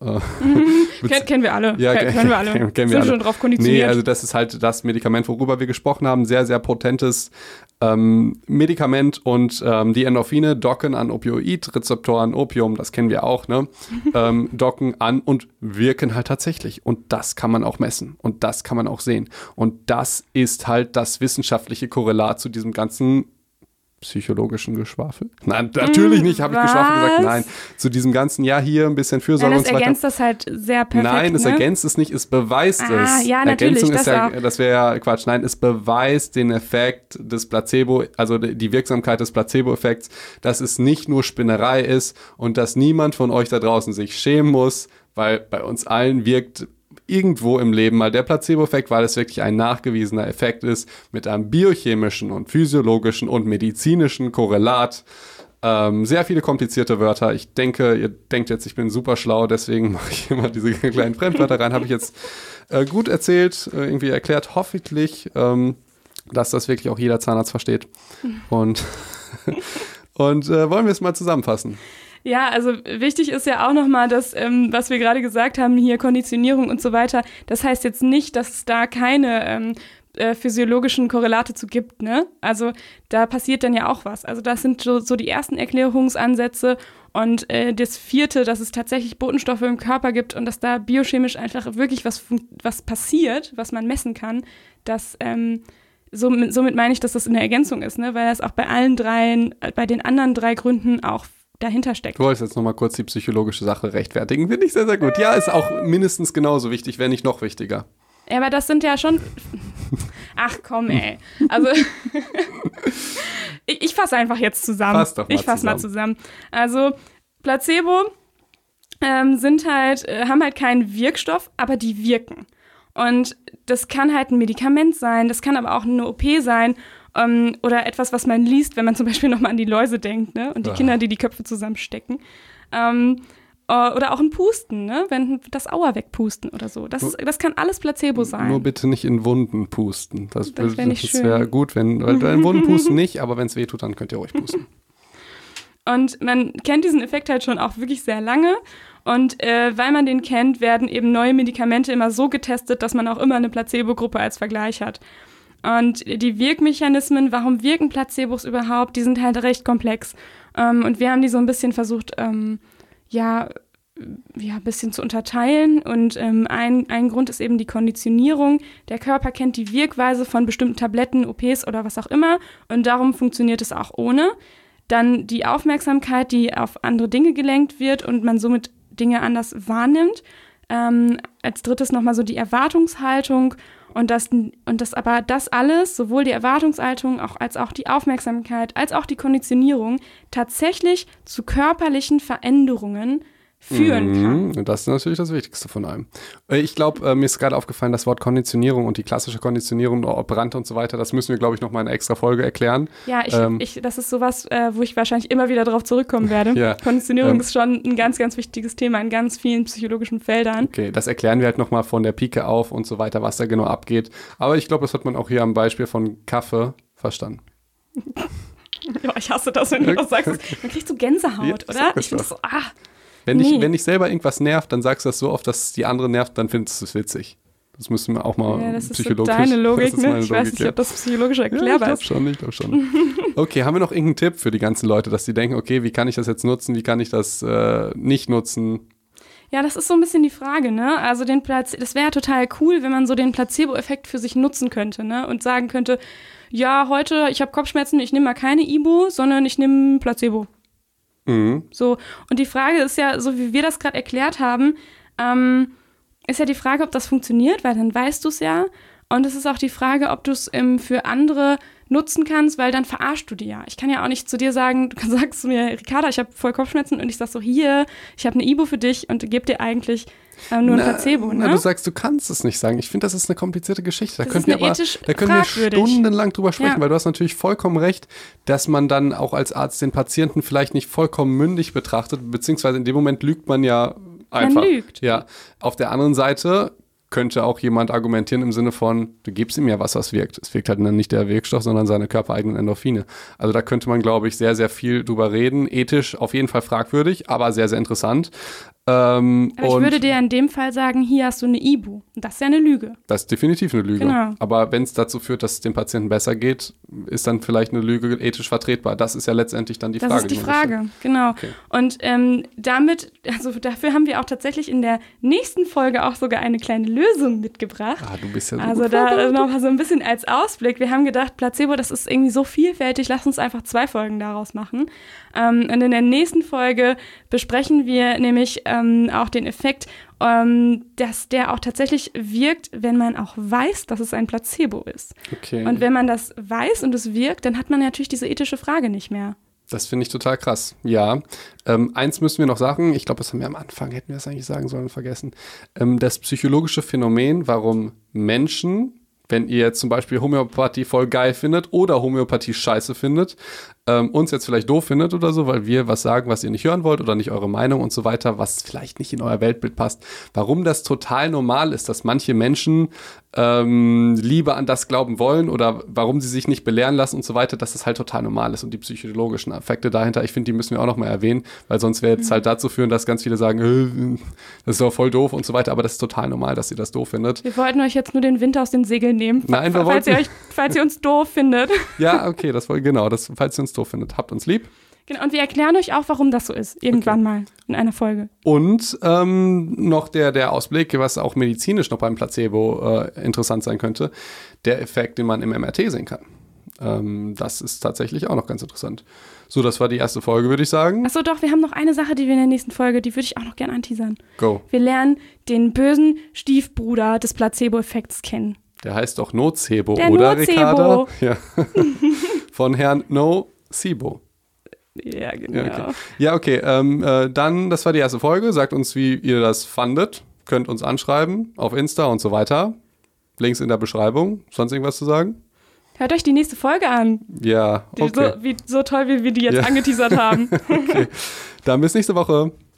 Speaker 2: Kennen wir alle.
Speaker 1: Ja,
Speaker 2: kennen wir alle.
Speaker 1: Kennen wir
Speaker 2: Sind
Speaker 1: alle.
Speaker 2: schon drauf konditioniert.
Speaker 1: Nee, also das ist halt das Medikament, worüber wir gesprochen haben. Sehr, sehr potentes Medikament und die Endorphine docken an Opioidrezeptoren, Opium, das kennen wir auch, ne? Docken an und wirken halt tatsächlich. Und das kann man auch messen. Und das kann man auch sehen. Und das ist halt das wissenschaftliche Korrelat zu diesem ganzen psychologischen Geschwafel? Nein, natürlich nicht, habe ich Geschwafel gesagt. Nein, zu diesem ganzen, ja, hier ein bisschen Fürsorge und so weiter.
Speaker 2: Das ergänzt das halt sehr perfekt.
Speaker 1: Nein, es ergänzt es nicht, es beweist es.
Speaker 2: Ja, natürlich,
Speaker 1: Ergänzung ist das wäre ja Quatsch. Nein, es beweist den Effekt des Placebo, also die Wirksamkeit des Placebo-Effekts, dass es nicht nur Spinnerei ist und dass niemand von euch da draußen sich schämen muss, weil bei uns allen wirkt irgendwo im Leben mal der Placebo-Effekt, weil es wirklich ein nachgewiesener Effekt ist mit einem biochemischen und physiologischen und medizinischen Korrelat. Sehr viele komplizierte Wörter. Ich denke, ihr denkt jetzt, ich bin super schlau, deswegen mache ich immer diese kleinen Fremdwörter rein. Habe ich jetzt gut erzählt, irgendwie erklärt, hoffentlich, dass das wirklich auch jeder Zahnarzt versteht. Und wollen wir es mal zusammenfassen?
Speaker 2: Ja, also wichtig ist ja auch nochmal, dass, was wir gerade gesagt haben, hier Konditionierung und so weiter, das heißt jetzt nicht, dass es da keine physiologischen Korrelate zu gibt, ne? Also da passiert dann ja auch was. Also das sind so die ersten Erklärungsansätze und das vierte, dass es tatsächlich Botenstoffe im Körper gibt und dass da biochemisch einfach wirklich was passiert, was man messen kann, dass somit meine ich, dass das in der Ergänzung ist, ne? Weil das auch bei bei den anderen 3 Gründen auch dahinter steckt.
Speaker 1: Du wolltest jetzt nochmal kurz die psychologische Sache rechtfertigen. Finde ich sehr, sehr gut. Ja, ist auch mindestens genauso wichtig, wenn nicht noch wichtiger.
Speaker 2: Ja, aber das sind ja schon... Ach komm, ey. Also ich fasse einfach jetzt zusammen. Ich fasse mal zusammen. Also Placebo haben halt keinen Wirkstoff, aber die wirken. Und das kann halt ein Medikament sein, das kann aber auch eine OP sein oder etwas, was man liest, wenn man zum Beispiel nochmal an die Läuse denkt, ne? Und die Kinder, die Köpfe zusammenstecken. Oder auch ein Pusten, ne? Wenn das Aua wegpusten oder so. Das kann alles Placebo sein.
Speaker 1: Nur bitte nicht in Wunden pusten. Das
Speaker 2: wäre
Speaker 1: gut, weil in Wunden pusten nicht, aber wenn es weh tut, dann könnt ihr ruhig pusten.
Speaker 2: Und man kennt diesen Effekt halt schon auch wirklich sehr lange. Und weil man den kennt, werden eben neue Medikamente immer so getestet, dass man auch immer eine Placebo-Gruppe als Vergleich hat. Und die Wirkmechanismen, warum wirken Placebos überhaupt, die sind halt recht komplex. Und wir haben die so ein bisschen versucht, ein bisschen zu unterteilen. Und ein Grund ist eben die Konditionierung. Der Körper kennt die Wirkweise von bestimmten Tabletten, OPs oder was auch immer. Und darum funktioniert es auch ohne. Dann die Aufmerksamkeit, die auf andere Dinge gelenkt wird und man somit Dinge anders wahrnimmt. Als drittes nochmal so die Erwartungshaltung und das alles, sowohl die Erwartungshaltung als auch die Aufmerksamkeit, als auch die Konditionierung, tatsächlich zu körperlichen Veränderungen führen kann.
Speaker 1: Das ist natürlich das Wichtigste von allem. Ich glaube, mir ist gerade aufgefallen, das Wort Konditionierung und die klassische Konditionierung, Operante und so weiter, das müssen wir, glaube ich, noch mal in einer extra Folge erklären.
Speaker 2: Ja, das ist sowas, wo ich wahrscheinlich immer wieder darauf zurückkommen werde.
Speaker 1: Ja.
Speaker 2: Konditionierung ist schon ein ganz, ganz wichtiges Thema in ganz vielen psychologischen Feldern.
Speaker 1: Okay, das erklären wir halt noch mal von der Pike auf und so weiter, was da genau abgeht. Aber ich glaube, das hat man auch hier am Beispiel von Kaffee verstanden.
Speaker 2: Ja, ich hasse das, wenn du das sagst. Man kriegt so Gänsehaut, oder? Ich finde das so,
Speaker 1: Wenn dich selber irgendwas nervt, dann sagst du das so oft, dass es die andere nervt, dann findest du es witzig. Das müssen wir auch mal psychologisch.
Speaker 2: Das ist deine Logik, ne? Ich weiß nicht, ob das psychologisch erklärbar ist.
Speaker 1: Ich glaube schon. Okay, haben wir noch irgendeinen Tipp für die ganzen Leute, dass die denken, okay, wie kann ich das jetzt nutzen, wie kann ich das nicht nutzen?
Speaker 2: Ja, das ist so ein bisschen die Frage, ne? Also das wäre total cool, wenn man so den Placebo-Effekt für sich nutzen könnte, ne? Und sagen könnte, ja, heute, ich habe Kopfschmerzen, ich nehme mal keine Ibu, sondern ich nehme Placebo.
Speaker 1: Mhm.
Speaker 2: So, und die Frage ist ja, so wie wir das gerade erklärt haben, ist ja die Frage, ob das funktioniert, weil dann weißt du es ja. Und es ist auch die Frage, ob du es für andere nutzen kannst, weil dann verarschst du die ja. Ich kann ja auch nicht zu dir sagen, du sagst zu mir, Ricarda, ich habe voll Kopfschmerzen und ich sag so, hier, ich habe eine Ibu für dich und gebe dir eigentlich nur ein Placebo. Ne?
Speaker 1: Du sagst, du kannst es nicht sagen. Ich finde, das ist eine komplizierte Geschichte. Da können
Speaker 2: wir
Speaker 1: stundenlang drüber sprechen, weil du hast natürlich vollkommen recht, dass man dann auch als Arzt den Patienten vielleicht nicht vollkommen mündig betrachtet, beziehungsweise in dem Moment lügt man ja einfach.
Speaker 2: Man lügt.
Speaker 1: Ja. Auf der anderen Seite könnte auch jemand argumentieren im Sinne von, du gibst ihm ja was wirkt. Es wirkt halt dann nicht der Wirkstoff, sondern seine körpereigenen Endorphine. Also da könnte man, glaube ich, sehr, sehr viel drüber reden. Ethisch auf jeden Fall fragwürdig, aber sehr, sehr interessant.
Speaker 2: Aber ich würde dir in dem Fall sagen, hier hast du eine Ibu. Das ist ja eine Lüge.
Speaker 1: Das ist definitiv eine Lüge.
Speaker 2: Genau.
Speaker 1: Aber wenn es dazu führt, dass es dem Patienten besser geht, ist dann vielleicht eine Lüge ethisch vertretbar. Das ist ja letztendlich dann die Frage.
Speaker 2: Das ist die Frage, genau. Okay. Und dafür haben wir auch tatsächlich in der nächsten Folge auch sogar eine kleine Lösung mitgebracht.
Speaker 1: Du bist ja so
Speaker 2: Also da noch so ein bisschen als Ausblick. Wir haben gedacht, Placebo, das ist irgendwie so vielfältig, lass uns einfach 2 Folgen daraus machen. Und in der nächsten Folge besprechen wir nämlich auch den Effekt, dass der auch tatsächlich wirkt, wenn man auch weiß, dass es ein Placebo ist.
Speaker 1: Okay.
Speaker 2: Und wenn man das weiß und es wirkt, dann hat man natürlich diese ethische Frage nicht mehr.
Speaker 1: Das finde ich total krass. Ja, eins müssen wir noch sagen, ich glaube, das haben wir am Anfang, hätten wir das eigentlich sagen sollen, vergessen. Das psychologische Phänomen, warum Menschen, wenn ihr jetzt zum Beispiel Homöopathie voll geil findet oder Homöopathie scheiße findet, uns jetzt vielleicht doof findet oder so, weil wir was sagen, was ihr nicht hören wollt oder nicht eure Meinung und so weiter, was vielleicht nicht in euer Weltbild passt. Warum das total normal ist, dass manche Menschen lieber an das glauben wollen oder warum sie sich nicht belehren lassen und so weiter, dass das halt total normal ist. Und die psychologischen Effekte dahinter, ich finde, die müssen wir auch noch mal erwähnen, weil sonst wäre es halt dazu führen, dass ganz viele sagen, das ist doch voll doof und so weiter, aber das ist total normal, dass ihr das doof findet.
Speaker 2: Wir wollten euch jetzt nur den Wind aus den Segeln nehmen,
Speaker 1: Nein,
Speaker 2: falls ihr uns doof findet.
Speaker 1: Ja, okay, falls ihr uns doof findet, habt uns lieb.
Speaker 2: Genau, und wir erklären euch auch, warum das so ist, irgendwann mal in einer Folge.
Speaker 1: Und noch der Ausblick, was auch medizinisch noch beim Placebo interessant sein könnte, der Effekt, den man im MRT sehen kann. Das ist tatsächlich auch noch ganz interessant. So, das war die erste Folge, würde ich sagen.
Speaker 2: Achso, doch, wir haben noch eine Sache, die wir in der nächsten Folge, die würde ich auch noch gerne anteasern.
Speaker 1: Go.
Speaker 2: Wir lernen den bösen Stiefbruder des Placebo-Effekts kennen.
Speaker 1: Der heißt doch Nocebo,
Speaker 2: der
Speaker 1: oder,
Speaker 2: Nocebo.
Speaker 1: Ricarda? Ja. Von Herrn Nocebo.
Speaker 2: Ja, genau.
Speaker 1: Ja, okay. Dann, das war die erste Folge. Sagt uns, wie ihr das fandet. Könnt uns anschreiben auf Insta und so weiter. Links in der Beschreibung. Sonst irgendwas zu sagen?
Speaker 2: Hört euch die nächste Folge an.
Speaker 1: Ja, okay.
Speaker 2: So toll, wie wir die jetzt angeteasert haben.
Speaker 1: Okay. Dann bis nächste Woche.